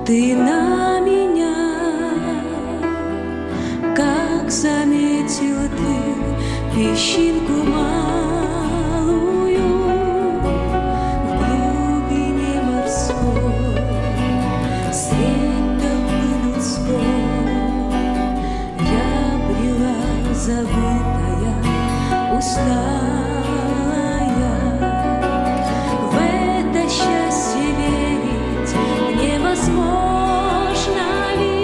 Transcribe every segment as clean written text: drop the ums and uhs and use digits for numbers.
Ты на меня, как заметил ты песчинку малую в глубине морской, средь толпы людской. Я брела забытая, усталая, в это счастье верить невозможно ли?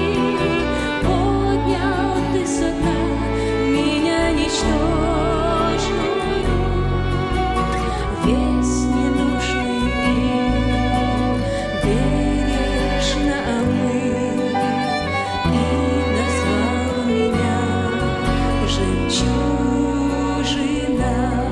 Поднял ты со дна меня ничтожную, весь ненужный мир бережно омыл и назвал меня жемчужина.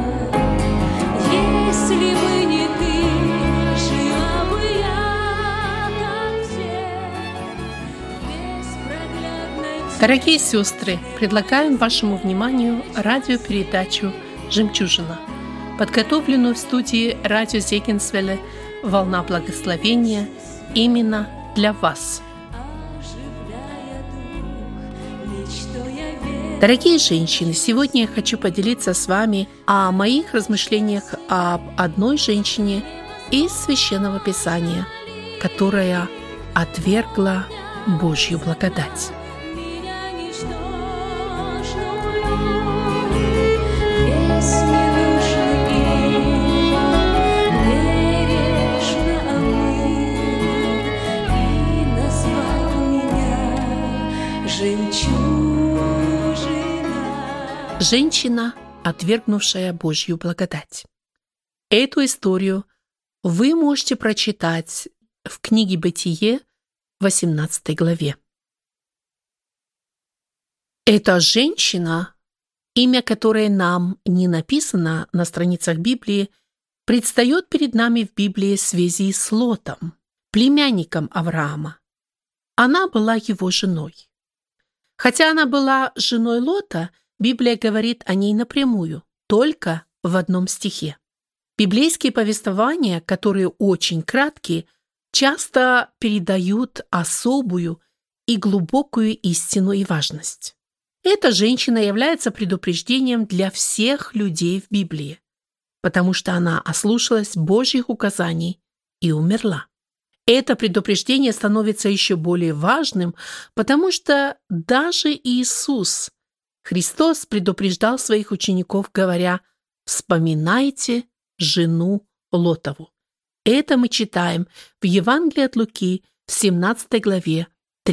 Если бы не ты, жила бы я, как все, без проглядной тьмы. Дорогие сестры, предлагаем вашему вниманию радиопередачу «Жемчужина», подготовленную в студии радио Зегенсвелле «Волна благословения» именно для вас. Оживляя дух, мечтой о вере. Дорогие женщины, сегодня я хочу поделиться с вами о моих размышлениях об одной женщине из Священного Писания, которая отвергла Божью благодать. Меня ничтожную, весь ненужный мир бережно омыл и назвал меня жемчужина. Женщина, отвергнувшая Божью благодать. Эту историю вы можете прочитать в книге «Бытие» 18 главе. Эта женщина, имя которой нам не написано на страницах Библии, предстает перед нами в Библии в связи с Лотом, племянником Авраама. Она была его женой. Хотя она была женой Лота, Библия говорит о ней напрямую, только в одном стихе. Библейские повествования, которые очень краткие, часто передают особую и глубокую истину и важность. Эта женщина является предупреждением для всех людей в Библии, потому что она ослушалась Божьих указаний и умерла. Это предупреждение становится еще более важным, потому что даже Иисус, Христос, предупреждал своих учеников, говоря: «Вспоминайте жену Лотову». Это мы читаем в Евангелии от Луки в 17 главе,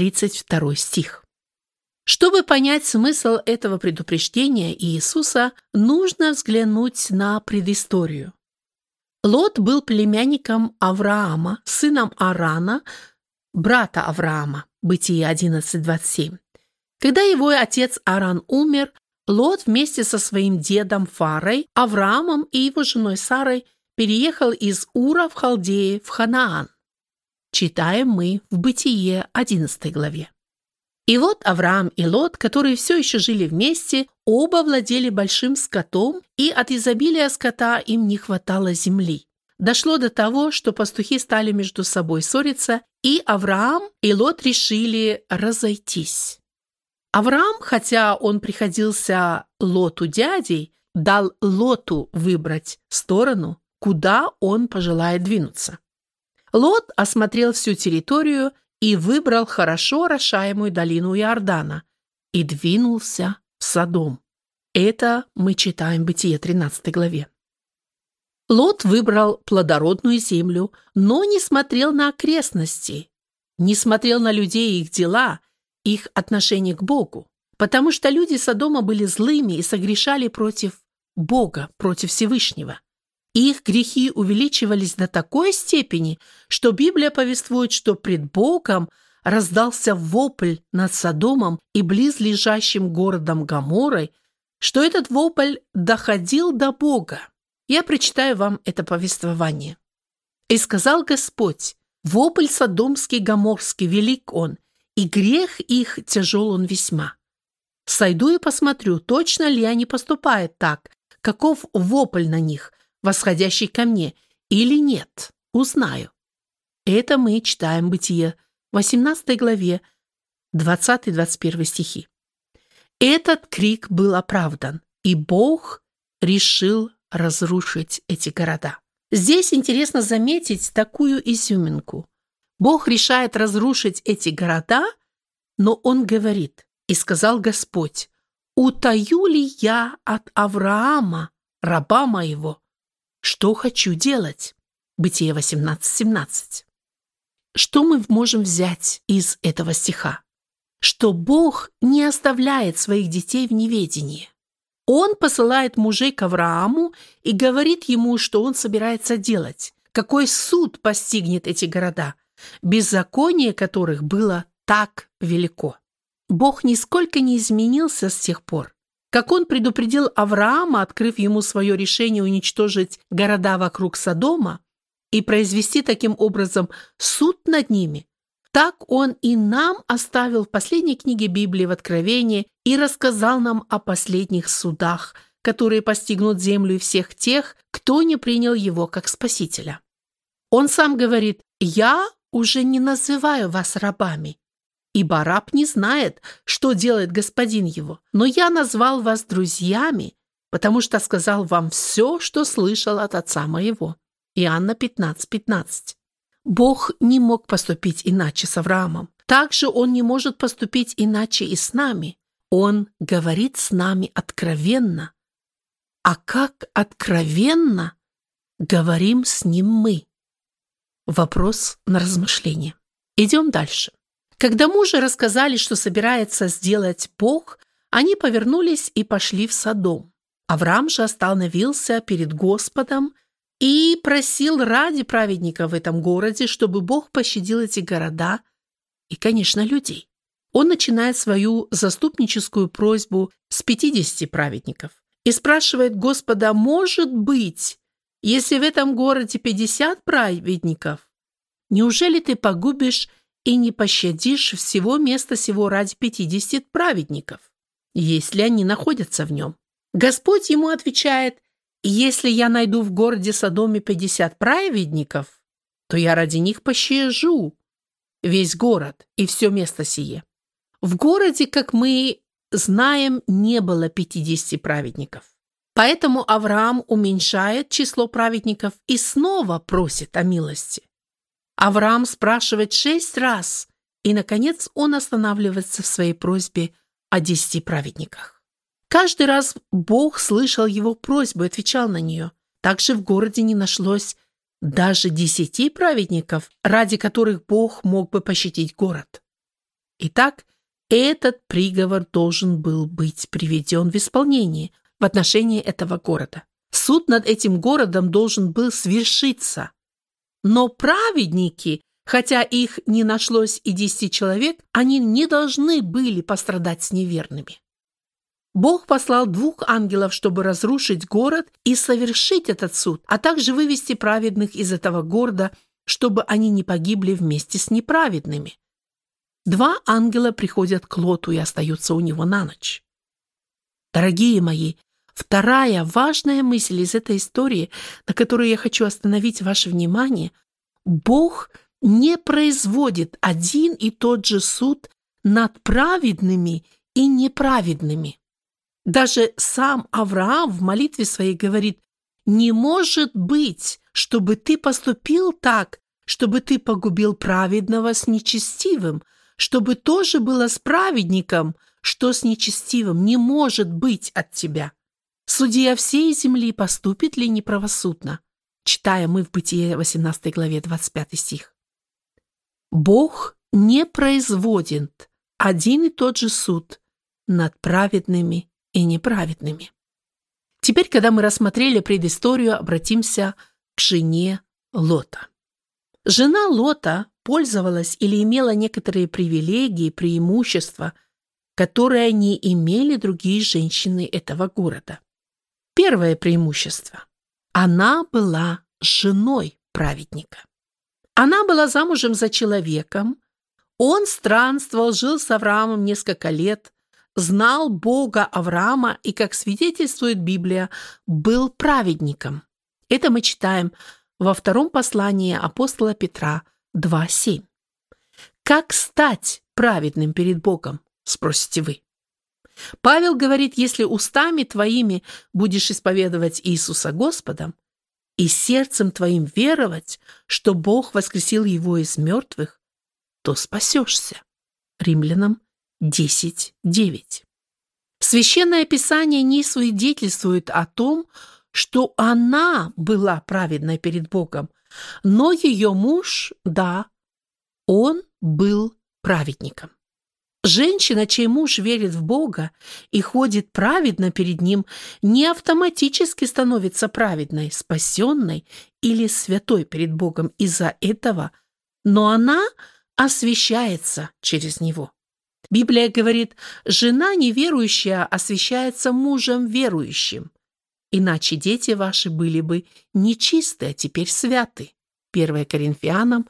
32 стих. Чтобы понять смысл этого предупреждения Иисуса, нужно взглянуть на предысторию. Лот был племянником Авраама, сыном Арана, брата Авраама, Бытие 11:27. Когда его отец Аран умер, Лот вместе со своим дедом Фарой, Авраамом и его женой Сарой переехал из Ура в Халдее в Ханаан. Читаем мы в Бытие 11 главе. И вот Авраам и Лот, которые все еще жили вместе, оба владели большим скотом, и от изобилия скота им не хватало земли. Дошло до того, что пастухи стали между собой ссориться, и Авраам и Лот решили разойтись. Авраам, хотя он приходился Лоту дядей, дал Лоту выбрать сторону, куда он пожелает двинуться. Лот осмотрел всю территорию и выбрал хорошо орошаемую долину Иордана и двинулся в Содом. Это мы читаем в Бытие 13 главе. Лот выбрал плодородную землю, но не смотрел на окрестности, не смотрел на людей и их дела, их отношение к Богу, потому что люди Содома были злыми и согрешали против Бога, против Всевышнего. Их грехи увеличивались до такой степени, что Библия повествует, что пред Богом раздался вопль над Содомом и близлежащим городом Гоморрой, что этот вопль доходил до Бога. Я прочитаю вам это повествование. «И сказал Господь: вопль содомский гоморский велик он, и грех их тяжел он весьма. Сойду и посмотрю, точно ли они поступают так, каков вопль на них, восходящий ко мне, или нет, узнаю. Это мы читаем Бытие, 18 главе, 20-21 стихи. Этот крик был оправдан, и Бог решил разрушить эти города. Здесь интересно заметить такую изюминку. Бог решает разрушить эти города, но Он говорит: «И сказал Господь, утаю ли я от Авраама, раба моего, что хочу делать?» Бытие 18:17. Что мы можем взять из этого стиха? Что Бог не оставляет своих детей в неведении. Он посылает мужей к Аврааму и говорит ему, что он собирается делать, какой суд постигнет эти города, беззаконие которых было так велико. Бог нисколько не изменился с тех пор. Как он предупредил Авраама, открыв ему свое решение уничтожить города вокруг Содома и произвести таким образом суд над ними, так он и нам оставил в последней книге Библии в Откровении и рассказал нам о последних судах, которые постигнут землю и всех тех, кто не принял его как Спасителя. Он сам говорит: «Я уже не называю вас рабами, ибо раб не знает, что делает господин его, но я назвал вас друзьями, потому что сказал вам все, что слышал от отца моего». Иоанна 15:15. Бог не мог поступить иначе с Авраамом. Также Он не может поступить иначе и с нами. Он говорит с нами откровенно. А как откровенно говорим с Ним мы? Вопрос на размышление. Идем дальше. Когда мужи рассказали, что собирается сделать Бог, они повернулись и пошли в Содом. Авраам же остановился перед Господом и просил ради праведников в этом городе, чтобы Бог пощадил эти города и, конечно, людей. Он начинает свою заступническую просьбу с 50 праведников и спрашивает Господа: «Может быть, если в этом городе 50 праведников, неужели ты погубишь и не пощадишь всего места сего ради 50 праведников, если они находятся в нем?» Господь ему отвечает: «Если я найду в городе Содоме 50 праведников, то я ради них пощажу весь город и все место сие». В городе, как мы знаем, не было 50 праведников. Поэтому Авраам уменьшает число праведников и снова просит о милости. Авраам спрашивает 6 раз, и, наконец, он останавливается в своей просьбе о 10 праведниках. Каждый раз Бог слышал его просьбу и отвечал на нее. Также в городе не нашлось даже 10 праведников, ради которых Бог мог бы пощадить город. Итак, этот приговор должен был быть приведен в исполнение в отношении этого города. Суд над этим городом должен был свершиться. Но праведники, хотя их не нашлось и 10 человек, они не должны были пострадать с неверными. Бог послал 2 ангелов, чтобы разрушить город и совершить этот суд, а также вывести праведных из этого города, чтобы они не погибли вместе с неправедными. 2 ангела приходят к Лоту и остаются у него на ночь. Дорогие мои, вторая важная мысль из этой истории, на которую я хочу остановить ваше внимание: Бог не производит один и тот же суд над праведными и неправедными. Даже сам Авраам в молитве своей говорит: «Не может быть, чтобы ты поступил так, чтобы ты погубил праведного с нечестивым, чтобы тоже было с праведником, что с нечестивым, не может быть от тебя. Судья всей земли поступит ли неправосудно?» Читаем мы в Бытие 18 главе 25 стих. Бог не производит один и тот же суд над праведными и неправедными. Теперь, когда мы рассмотрели предысторию, обратимся к жене Лота. Жена Лота пользовалась или имела некоторые привилегии, преимущества, которые не имели другие женщины этого города. Первое преимущество. Она была женой праведника. Она была замужем за человеком. Он странствовал, жил с Авраамом несколько лет, знал Бога Авраама и, как свидетельствует Библия, был праведником. Это мы читаем во 2 послании апостола Петра, 2:7. Как стать праведным перед Богом, спросите вы? Павел говорит, если устами твоими будешь исповедовать Иисуса Господом и сердцем твоим веровать, что Бог воскресил его из мертвых, то спасешься. Римлянам 10:9. Священное Писание не свидетельствует о том, что она была праведной перед Богом, но ее муж, да, он был праведником. Женщина, чей муж верит в Бога и ходит праведно перед Ним, не автоматически становится праведной, спасенной или святой перед Богом из-за этого, но она освящается через него. Библия говорит, жена неверующая освящается мужем верующим, иначе дети ваши были бы нечисты, а теперь святы. 1 Коринфянам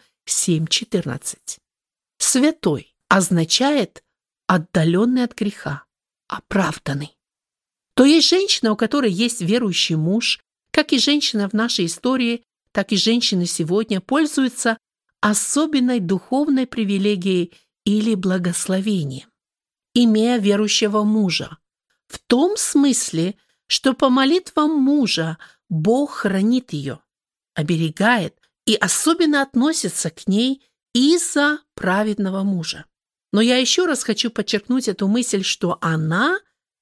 7:14. Святой означает отдаленный от греха, оправданный. То есть женщина, у которой есть верующий муж, как и женщина в нашей истории, так и женщины сегодня пользуются особенной духовной привилегией или благословением, имея верующего мужа. В том смысле, что по молитвам мужа Бог хранит ее, оберегает и особенно относится к ней из-за праведного мужа. Но я еще раз хочу подчеркнуть эту мысль, что она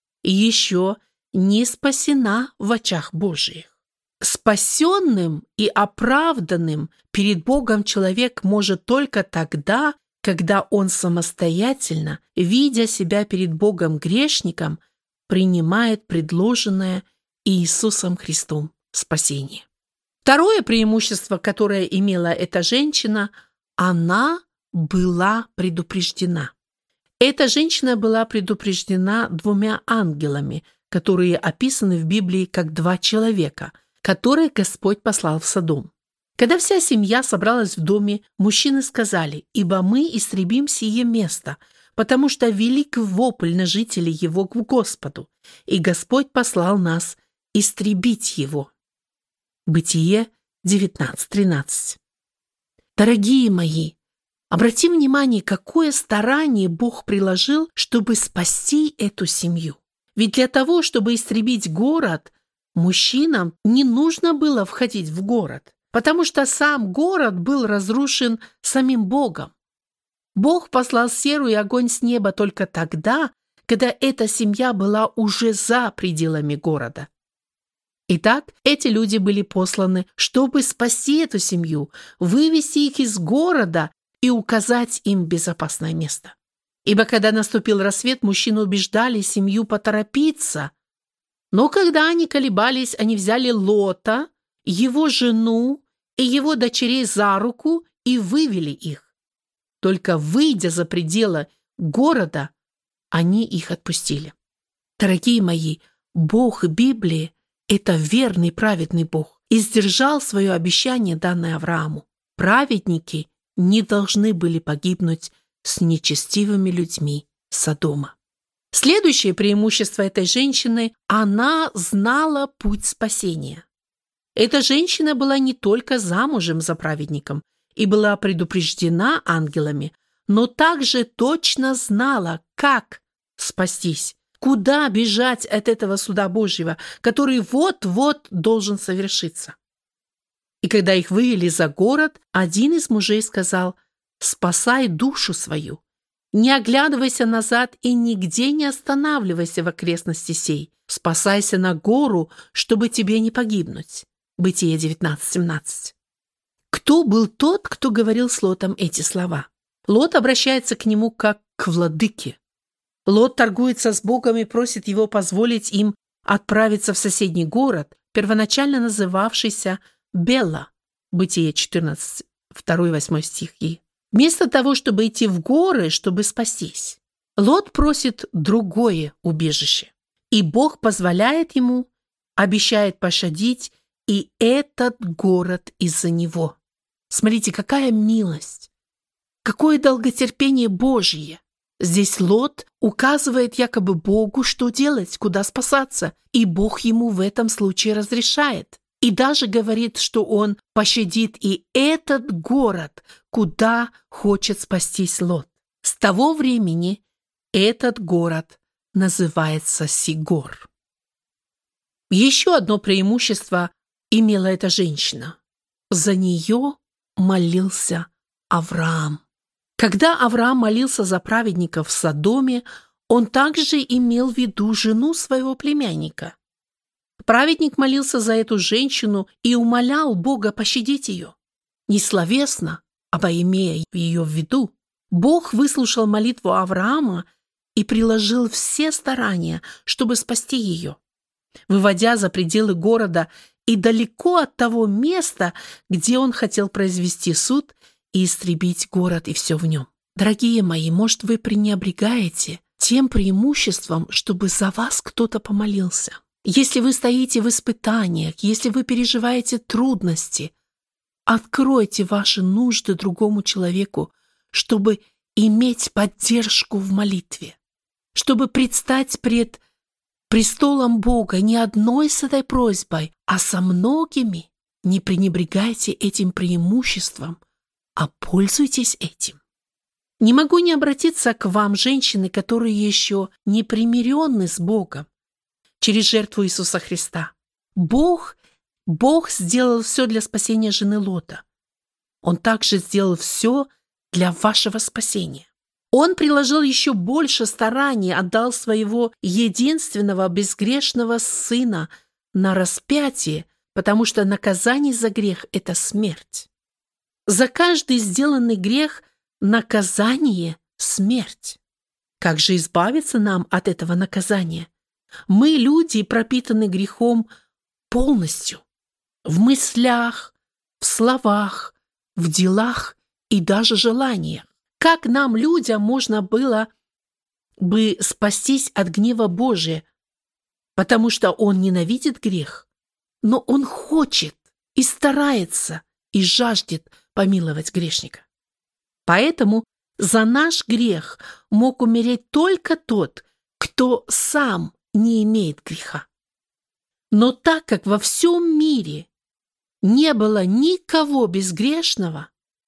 еще не спасена в очах Божьих. Спасенным и оправданным перед Богом человек может только тогда, когда он самостоятельно, видя себя перед Богом грешником, принимает предложенное Иисусом Христом спасение. Второе преимущество, которое имела эта женщина, она была предупреждена. Эта женщина была предупреждена 2 ангелами, которые описаны в Библии как 2 человека, которых Господь послал в Содом. Когда вся семья собралась в доме, мужчины сказали: «Ибо мы истребим сие место, потому что велик вопль на жителей его к Господу, и Господь послал нас истребить его». Бытие 19:13. Дорогие мои, обратим внимание, какое старание Бог приложил, чтобы спасти эту семью. Ведь для того, чтобы истребить город, мужчинам не нужно было входить в город, потому что сам город был разрушен самим Богом. Бог послал серу и огонь с неба только тогда, когда эта семья была уже за пределами города. Итак, эти люди были посланы, чтобы спасти эту семью, вывести их из города и указать им безопасное место. Ибо когда наступил рассвет, мужчины убеждали семью поторопиться. Но когда они колебались, они взяли Лота, его жену и его дочерей за руку и вывели их. Только выйдя за пределы города, они их отпустили. Дорогие мои, Бог Библии – это верный праведный Бог и сдержал свое обещание, данное Аврааму. Праведники не должны были погибнуть с нечестивыми людьми Содома. Следующее преимущество этой женщины – она знала путь спасения. Эта женщина была не только замужем за праведником и была предупреждена ангелами, но также точно знала, как спастись, куда бежать от этого суда Божьего, который вот-вот должен совершиться. И когда их вывели за город, один из мужей сказал: «Спасай душу свою, не оглядывайся назад и нигде не останавливайся в окрестности сей, спасайся на гору, чтобы тебе не погибнуть». Бытие 19:17. Кто был тот, кто говорил с Лотом эти слова? Лот обращается к нему как к владыке. Лот торгуется с Богом и просит его позволить им отправиться в соседний город, первоначально называвшийся Бела. Бытие 14, 2-8 стихи. Вместо того, чтобы идти в горы, чтобы спастись, Лот просит другое убежище. И Бог позволяет ему, обещает пощадить и этот город из-за него. Смотрите, какая милость, какое долготерпение Божье. Здесь Лот указывает якобы Богу, что делать, куда спасаться, и Бог ему в этом случае разрешает. И даже говорит, что он пощадит и этот город, куда хочет спастись Лот. С того времени этот город называется Сигор. Еще одно преимущество имела эта женщина. За нее молился Авраам. Когда Авраам молился за праведников в Содоме, он также имел в виду жену своего племянника. Праведник молился за эту женщину и умолял Бога пощадить ее. Не словесно, а имея ее в виду. Бог выслушал молитву Авраама и приложил все старания, чтобы спасти ее, выводя за пределы города и далеко от того места, где он хотел произвести суд и истребить город и все в нем. Дорогие мои, может, вы пренебрегаете тем преимуществом, чтобы за вас кто-то помолился. Если вы стоите в испытаниях, если вы переживаете трудности, откройте ваши нужды другому человеку, чтобы иметь поддержку в молитве, чтобы предстать пред престолом Бога не одной с этой просьбой, а со многими. Не пренебрегайте этим преимуществом, а пользуйтесь этим. Не могу не обратиться к вам, женщины, которые еще не примиренны с Богом через жертву Иисуса Христа. Бог сделал все для спасения жены Лота. Он также сделал все для вашего спасения. Он приложил еще больше стараний, отдал своего единственного безгрешного сына на распятие, потому что наказание за грех – это смерть. За каждый сделанный грех наказание – смерть. Как же избавиться нам от этого наказания? Мы, люди, пропитаны грехом полностью. В мыслях, в словах, в делах и даже желаниях. Как нам, людям, можно было бы спастись от гнева Божия? Потому что Он ненавидит грех, но Он хочет и старается и жаждет помиловать грешника. Поэтому за наш грех мог умереть только тот, кто сам не имеет греха. Но так как во всем мире не было никого безгрешного,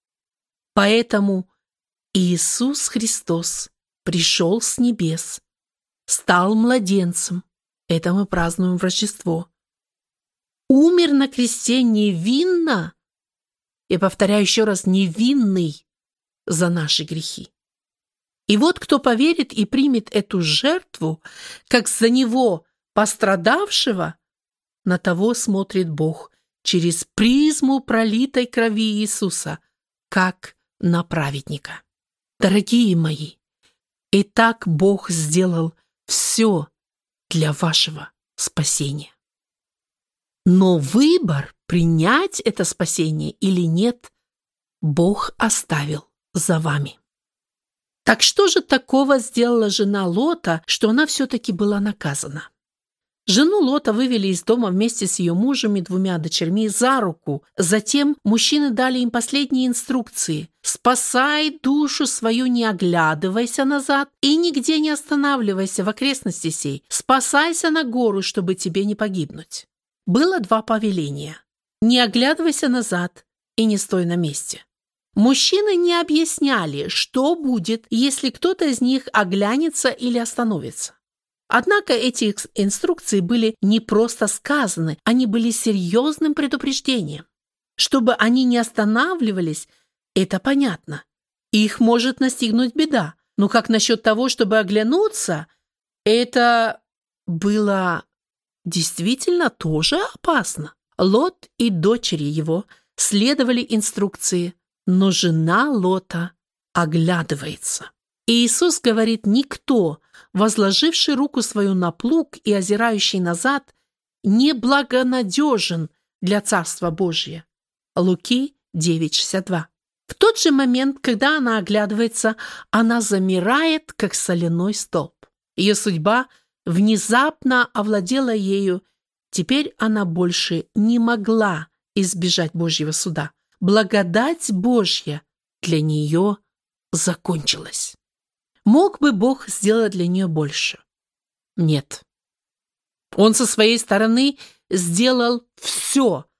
поэтому Иисус Христос пришел с небес, стал младенцем, это мы празднуем в Рождество, умер на кресте невинно, я повторяю еще раз, невинный за наши грехи. И вот кто поверит и примет эту жертву, как за него пострадавшего, на того смотрит Бог через призму пролитой крови Иисуса, как на праведника. Дорогие мои, и так Бог сделал все для вашего спасения. Но выбор, принять это спасение или нет, Бог оставил за вами. Так что же такого сделала жена Лота, что она все-таки была наказана? Жену Лота вывели из дома вместе с ее мужем и 2 дочерьми за руку. Затем мужчины дали им последние инструкции. «Спасай душу свою, не оглядывайся назад и нигде не останавливайся в окрестности сей. Спасайся на гору, чтобы тебе не погибнуть». Было 2 повеления. «Не оглядывайся назад и не стой на месте». Мужчины не объясняли, что будет, если кто-то из них оглянется или остановится. Однако эти инструкции были не просто сказаны, они были серьезным предупреждением. Чтобы они не останавливались, это понятно. Их может настигнуть беда. Но как насчет того, чтобы оглянуться, это было действительно тоже опасно. Лот и дочери его следовали инструкции, но жена Лота оглядывается. И Иисус говорит: никто, возложивший руку свою на плуг и озирающий назад, не благонадежен для Царства Божия. Луки 9:62. В тот же момент, когда она оглядывается, она замирает, как соляной столб. Ее судьба внезапно овладела ею. Теперь она больше не могла избежать Божьего суда. Благодать Божья для нее закончилась. Мог бы Бог сделать для нее больше? Нет. Он со своей стороны сделал все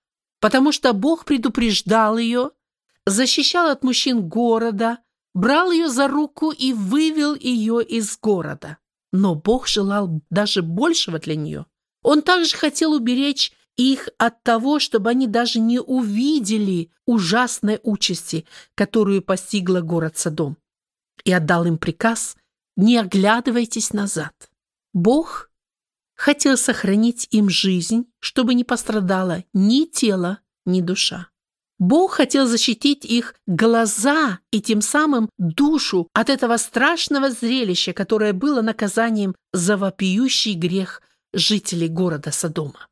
потому что Бог предупреждал ее, защищал от мужчин города, брал ее за руку и вывел ее из города. Но Бог желал даже большего для нее. Он также хотел уберечь их от того, чтобы они даже не увидели ужасной участи, которую постигла город Содом. И отдал им приказ: не оглядывайтесь назад. Бог хотел сохранить им жизнь, чтобы не пострадало ни тело, ни душа. Бог хотел защитить их глаза и тем самым душу от этого страшного зрелища, которое было наказанием за вопиющий грех жителей города Содома.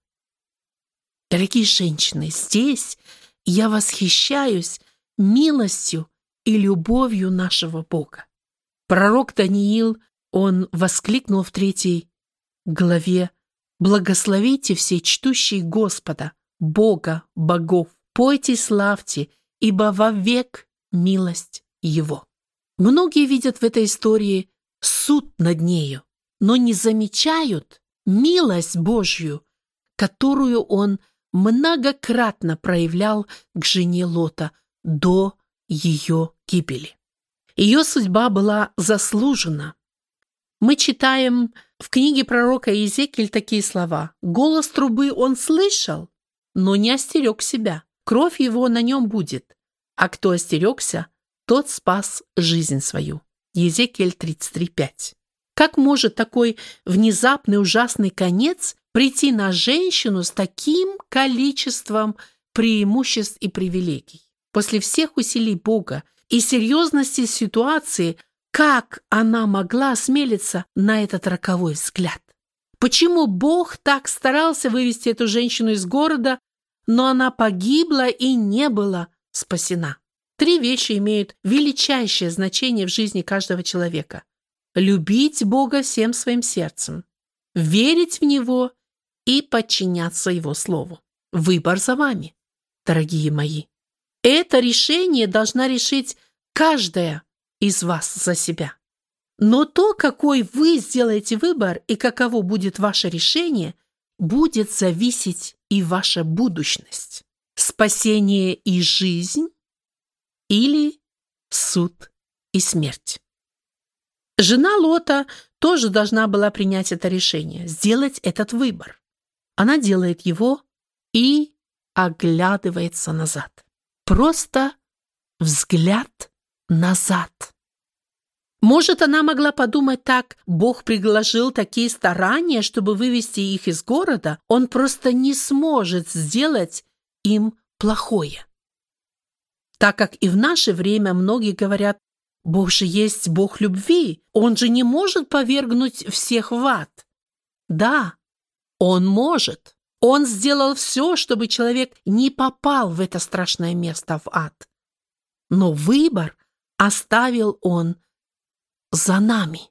Дорогие женщины, здесь я восхищаюсь милостью и любовью нашего Бога. Пророк Даниил, он воскликнул в 3 главе: «Благословите все чтущие Господа, Бога богов, пойте, славьте, ибо вовек милость Его». Многие видят в этой истории суд над нею, но не замечают милость Божью, которую Он многократно проявлял к жене Лота до ее гибели. Ее судьба была заслужена. Мы читаем в книге пророка Иезекииль такие слова: «Голос трубы он слышал, но не остерег себя. Кровь его на нем будет, а кто остерегся, тот спас жизнь свою». Иезекииль 33:5. Как может такой внезапный ужасный конец прийти на женщину с таким количеством преимуществ и привилегий? После всех усилий Бога и серьезности ситуации, как она могла осмелиться на этот роковой взгляд? Почему Бог так старался вывести эту женщину из города, но она погибла и не была спасена? 3 вещи имеют величайшее значение в жизни каждого человека: любить Бога всем своим сердцем, верить в Него и подчиняться Его Слову. Выбор за вами, дорогие мои. Это решение должна решить каждая из вас за себя. Но то, какой вы сделаете выбор и каково будет ваше решение, будет зависеть и ваша будущность. Спасение и жизнь или суд и смерть. Жена Лота тоже должна была принять это решение, сделать этот выбор. Она делает его и оглядывается назад. Просто взгляд назад. Может, она могла подумать так: Бог приложил такие старания, чтобы вывести их из города, Он просто не сможет сделать им плохое. Так как и в наше время многие говорят: Бог же есть Бог любви, Он же не может повергнуть всех в ад. Да, Он может. Он сделал все, чтобы человек не попал в это страшное место, в ад. Но выбор оставил Он за нами,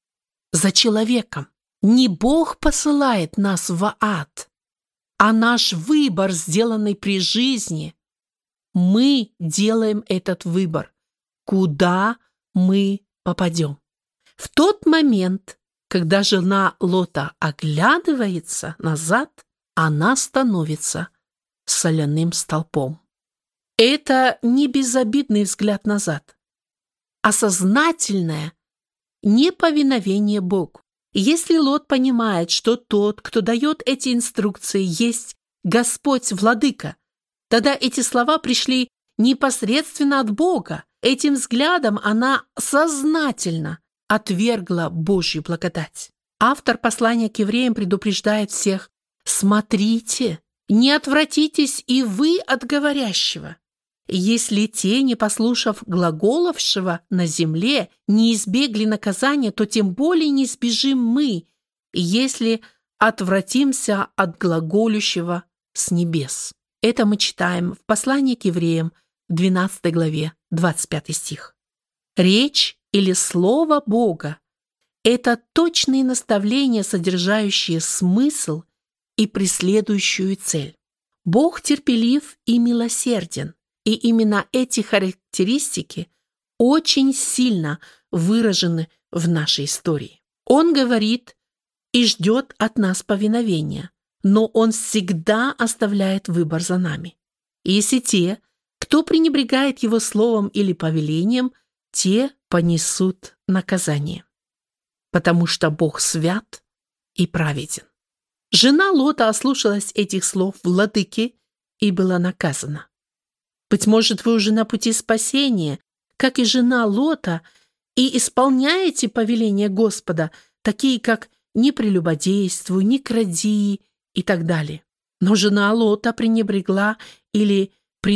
за человеком. Не Бог посылает нас в ад, а наш выбор, сделанный при жизни. Мы делаем этот выбор, куда мы попадем. В тот момент, когда жена Лота оглядывается назад, она становится соляным столпом. Это не безобидный взгляд назад, а сознательное неповиновение Богу. Если Лот понимает, что тот, кто дает эти инструкции, есть Господь Владыка, тогда эти слова пришли непосредственно от Бога. Этим взглядом она сознательно отвергла Божью благодать. Автор послания к евреям предупреждает всех: смотрите, не отвратитесь и вы от говорящего. Если те, не послушав глаголовшего на земле, не избегли наказания, то тем более не избежим мы, если отвратимся от глаголющего с небес. Это мы читаем в послании к евреям, 12 главе, 25 стих. Речь или слово Бога – это точные наставления, содержащие смысл и преследующую цель. Бог терпелив и милосерден, и именно эти характеристики очень сильно выражены в нашей истории. Он говорит и ждет от нас повиновения, но Он всегда оставляет выбор за нами. И если те, кто пренебрегает его словом или повелением, те понесут наказание, потому что Бог свят и праведен. Жена Лота ослушалась этих слов владыки и была наказана. Быть может, вы уже на пути спасения, как и жена Лота, и исполняете повеления Господа, такие как «не прелюбодействуй», «не кради» и так далее. Но жена Лота пренебрегла или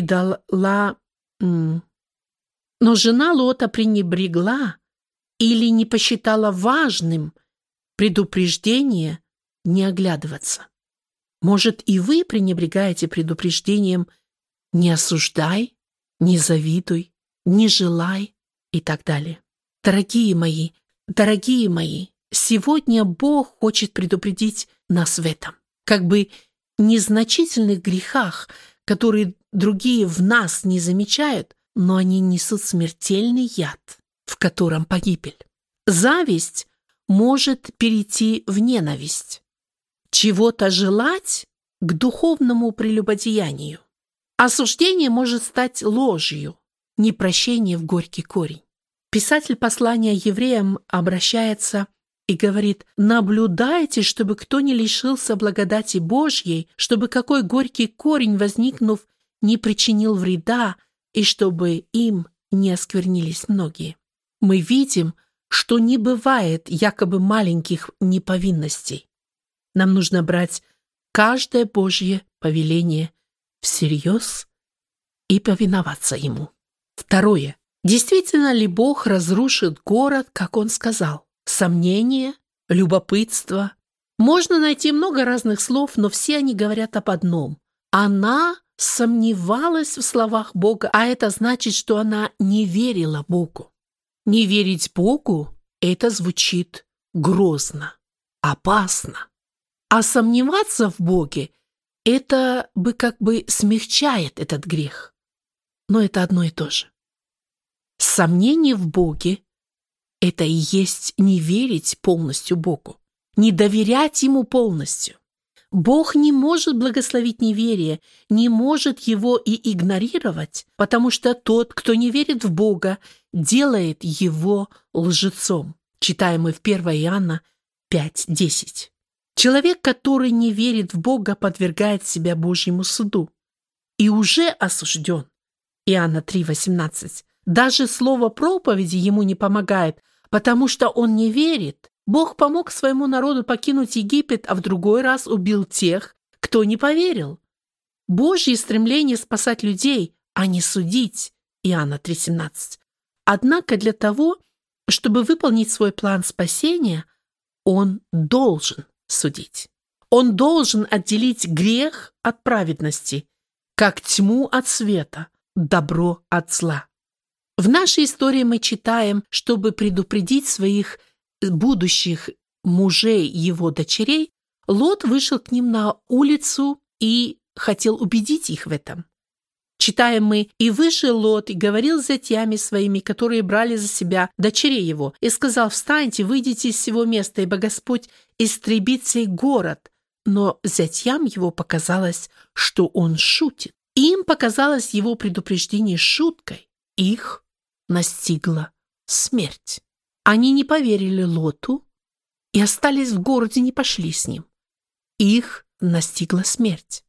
не посчитала важным предупреждение не оглядываться. Может, и вы пренебрегаете предупреждением «не осуждай», «не завидуй», «не желай» и так далее. Дорогие мои, сегодня Бог хочет предупредить нас в этом, как бы незначительных грехах, которые другие в нас не замечают, но они несут смертельный яд, в котором погибель. Зависть может перейти в ненависть. Чего-то желать к духовному прелюбодеянию. Осуждение может стать ложью, непрощение в горький корень. Писатель послания евреям обращается и говорит: «Наблюдайте, чтобы кто не лишился благодати Божьей, чтобы какой горький корень, возникнув, не причинил вреда, и чтобы им не осквернились многие». Мы видим, что не бывает якобы маленьких неповинностей. Нам нужно брать каждое Божье повеление всерьез и повиноваться ему. Второе. Действительно ли Бог разрушит город, как Он сказал? Сомнение, любопытство. Можно найти много разных слов, но все они говорят об одном. Она сомневалась в словах Бога, а это значит, что она не верила Богу. Не верить Богу – это звучит грозно, опасно. А сомневаться в Боге – это как бы смягчает этот грех. Но это одно и то же. Сомнение в Боге – это и есть не верить полностью Богу, не доверять Ему полностью. Бог не может благословить неверие, не может его и игнорировать, потому что тот, кто не верит в Бога, делает его лжецом. Читаем мы в 1 Иоанна 5:10. Человек, который не верит в Бога, подвергает себя Божьему суду и уже осужден. Иоанна 3:18. Даже слово проповеди ему не помогает, потому что он не верит. Бог помог своему народу покинуть Египет, а в другой раз убил тех, кто не поверил. Божье стремление спасать людей, а не судить. Иоанна 3:17. Однако для того, чтобы выполнить свой план спасения, Он должен судить. Он должен отделить грех от праведности, как тьму от света, добро от зла. В нашей истории мы читаем, чтобы предупредить своих будущих мужей его дочерей, Лот вышел к ним на улицу и хотел убедить их в этом. Читаем мы: «И вышел Лот, и говорил с зятьями своими, которые брали за себя дочерей его, и сказал: встаньте, выйдите из сего места, ибо Господь истребит сей город». Но зятьям его показалось, что он шутит. Им показалось его предупреждение шуткой. Их настигла смерть. Они не поверили Лоту и остались в городе, не пошли с ним. Их настигла смерть.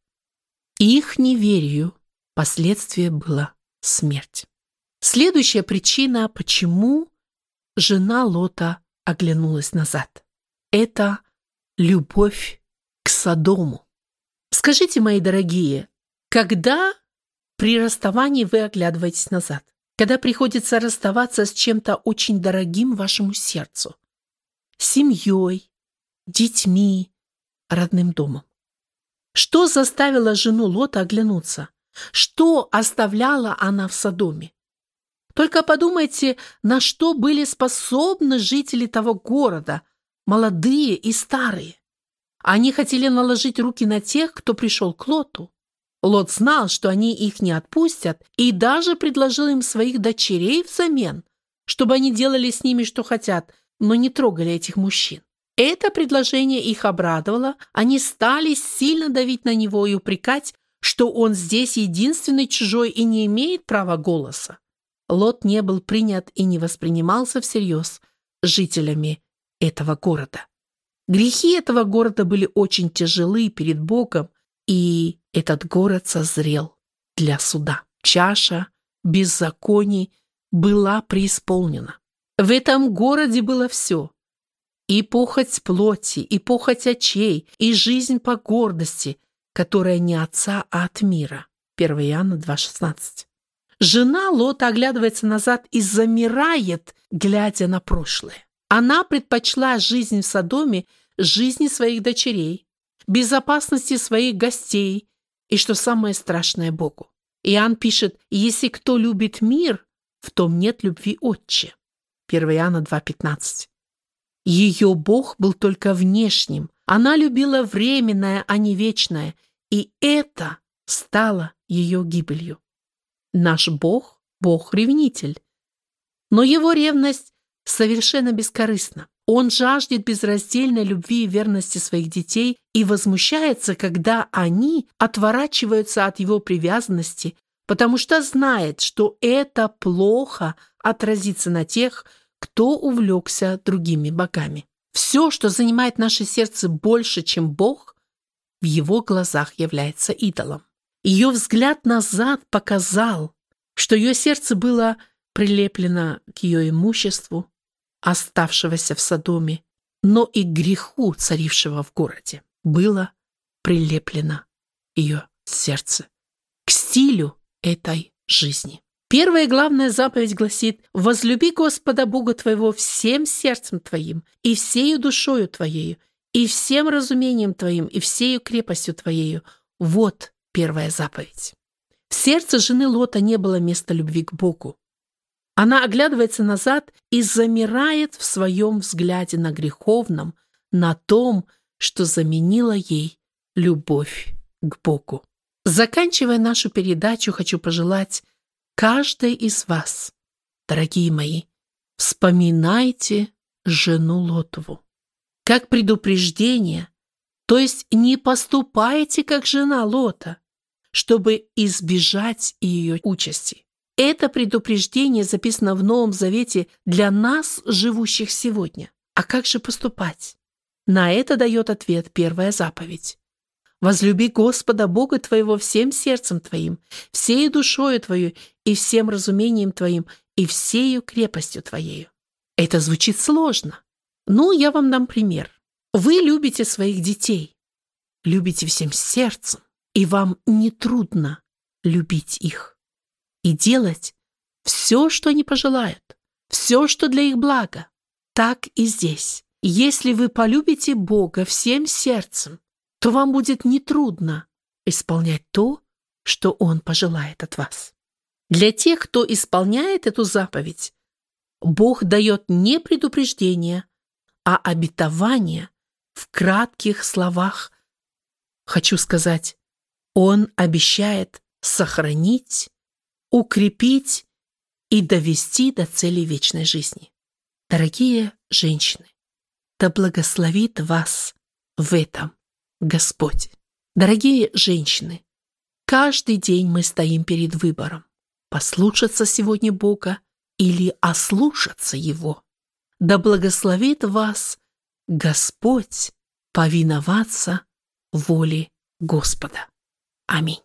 Их неверию последствие было смерть. Следующая причина, почему жена Лота оглянулась назад, это любовь к Содому. Скажите, мои дорогие, когда при расставании вы оглядываетесь назад? Когда приходится расставаться с чем-то очень дорогим вашему сердцу, семьей, детьми, родным домом. Что заставило жену Лота оглянуться? Что оставляла она в Содоме? Только подумайте, на что были способны жители того города, молодые и старые. Они хотели наложить руки на тех, кто пришел к Лоту. Лот знал, что они их не отпустят, и даже предложил им своих дочерей взамен, чтобы они делали с ними, что хотят, но не трогали этих мужчин. Это предложение их обрадовало, они стали сильно давить на него и упрекать, что он здесь единственный чужой и не имеет права голоса. Лот не был принят и не воспринимался всерьез жителями этого города. Грехи этого города были очень тяжелы перед Богом, и этот город созрел для суда. Чаша беззаконий была преисполнена. В этом городе было все. И похоть плоти, и похоть очей, и жизнь по гордости, которая не от отца, а от мира. 1 Иоанна 2,16. Жена Лота оглядывается назад и замирает, глядя на прошлое. Она предпочла жизнь в Содоме жизни своих дочерей, безопасности своих гостей и, что самое страшное, Богу. Иоанн пишет: «Если кто любит мир, в том нет любви Отче». 1 Иоанна 2,15. Ее Бог был только внешним. Она любила временное, а не вечное, и это стало ее гибелью. Наш Бог – Бог-ревнитель. Но его ревность совершенно бескорыстна. Он жаждет безраздельной любви и верности своих детей и возмущается, когда они отворачиваются от его привязанности, потому что знает, что это плохо отразится на тех, кто увлекся другими богами. Все, что занимает наше сердце больше, чем Бог, в его глазах является идолом. Ее взгляд назад показал, что ее сердце было прилеплено к ее имуществу, оставшегося в Содоме, но и к греху, царившего в городе, было прилеплено ее сердце к стилю этой жизни. Первая и главная заповедь гласит: «Возлюби Господа Бога твоего всем сердцем твоим, и всею душою твоею, и всем разумением твоим, и всею крепостью твоею». Вот первая заповедь. В сердце жены Лота не было места любви к Богу. Она оглядывается назад и замирает в своем взгляде на греховном, на том, что заменило ей любовь к Богу. Заканчивая нашу передачу, хочу пожелать каждой из вас, дорогие мои, вспоминайте жену Лотову как предупреждение, то есть не поступайте как жена Лота, чтобы избежать ее участи. Это предупреждение записано в Новом Завете для нас, живущих сегодня. А как же поступать? На это дает ответ первая заповедь. «Возлюби Господа Бога твоего всем сердцем твоим, всею душою твою, и всем разумением твоим, и всею крепостью твоею». Это звучит сложно. Ну, я вам дам пример. Вы любите своих детей, любите всем сердцем, и вам нетрудно любить их и делать все, что они пожелают, все, что для их блага. Так и здесь. Если вы полюбите Бога всем сердцем, то вам будет нетрудно исполнять то, что Он пожелает от вас. Для тех, кто исполняет эту заповедь, Бог дает не предупреждение, а обетование в кратких словах. Хочу сказать, Он обещает сохранить, укрепить и довести до цели вечной жизни. Дорогие женщины, да благословит вас в этом Господь. Дорогие женщины, каждый день мы стоим перед выбором: послушаться сегодня Бога или ослушаться Его. Да благословит вас Господь повиноваться воле Господа. Аминь.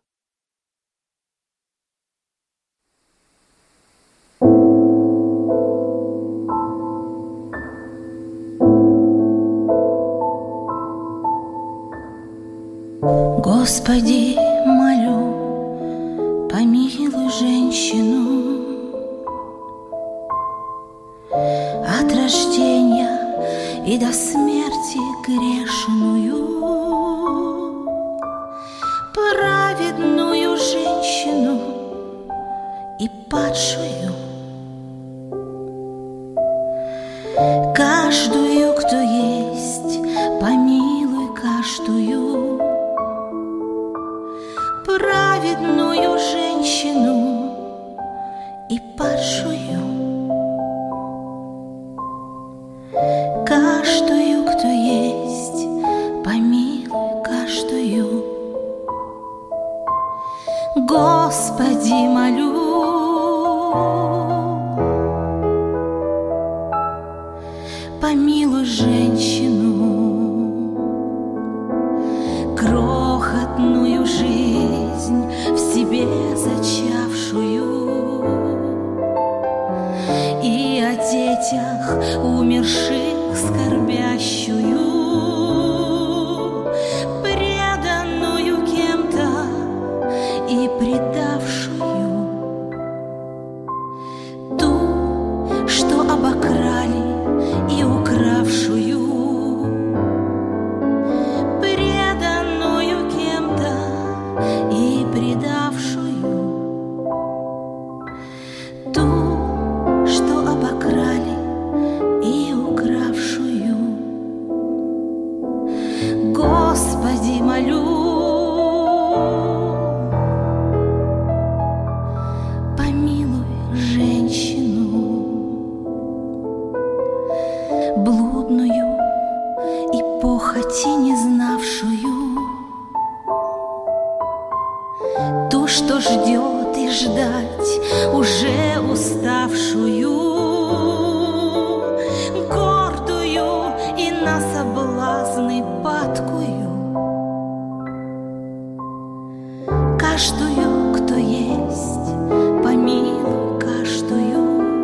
Господи, молю, помилуй женщину от рождения и до смерти грешную, праведную женщину и падшую, каждую, кто есть, помилуй каждую. Праведную женщину и падшую, каждую, кто есть, помилуй каждую. Господи, молю, помилуй женщину, крохотную жизнь в себе зачавшую, и о детях умерших скорбящую, преданную кем-то и предавшую, ту, что обокрали и укравшую, преданную кем-то и предавшую, ту, что обокрали и укравшую. Господи, молю, помилуй женщину, блудную и похоти не знавшую, ту, что ждет и ждать уже уставшую, гордую и на соблазны падкую, каждую, кто есть, помилуй каждую,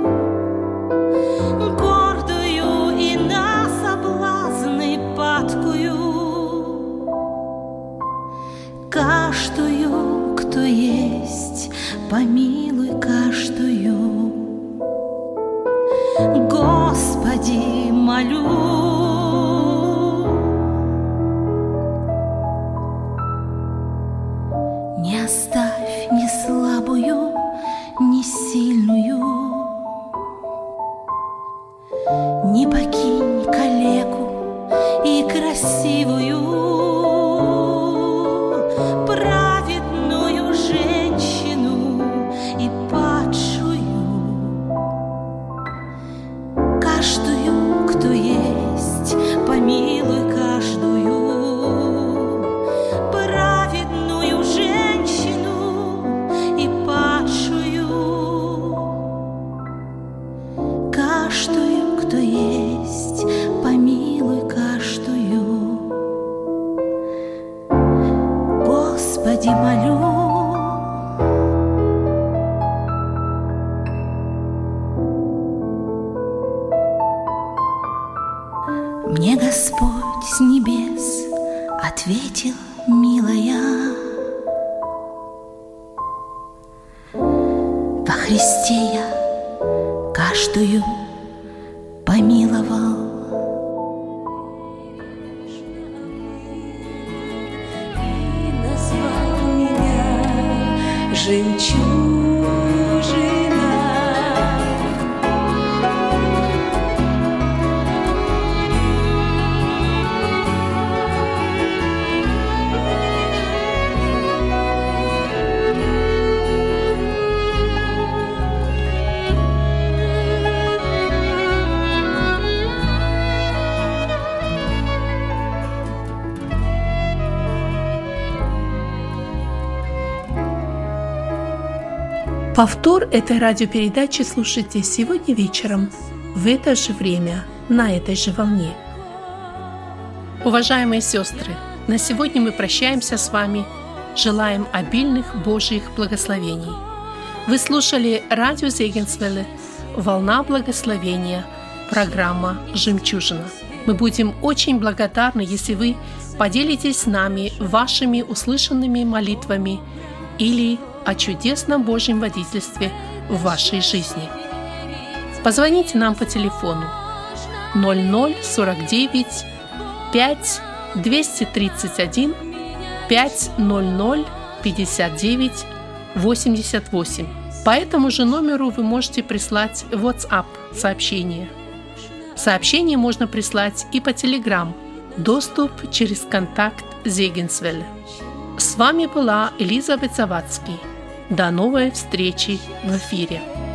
гордую и на соблазны падкую, каждую, кто есть, помилуй каждую. Господи, молю, не оставь ни слабую, ни сильную, не покинь калеку и красивую, праведную женщину и падшую, каждую, кто есть, помилуй каждую, праведную женщину и падшую, каждую, кто есть, помилуй каждую. Господи, молю, мне Господь с небес ответил, милая, во Христе я каждую помиловал. И назвал меня жемчужина. Повтор этой радиопередачи слушайте сегодня вечером, в это же время, на этой же волне. Уважаемые сестры, на сегодня мы прощаемся с вами, желаем обильных Божьих благословений. Вы слушали радио Зегенсвелле «Волна благословения», программа «Жемчужина». Мы будем очень благодарны, если вы поделитесь с нами вашими услышанными молитвами или о чудесном Божьем водительстве в вашей жизни. Позвоните нам по телефону 0049 5 231 500 59 88. По этому же номеру вы можете прислать WhatsApp сообщение. Сообщение можно прислать и по Telegram. Доступ через контакт Зегенсвелле. С вами была Элизабет Завадский. До новой встречи в эфире.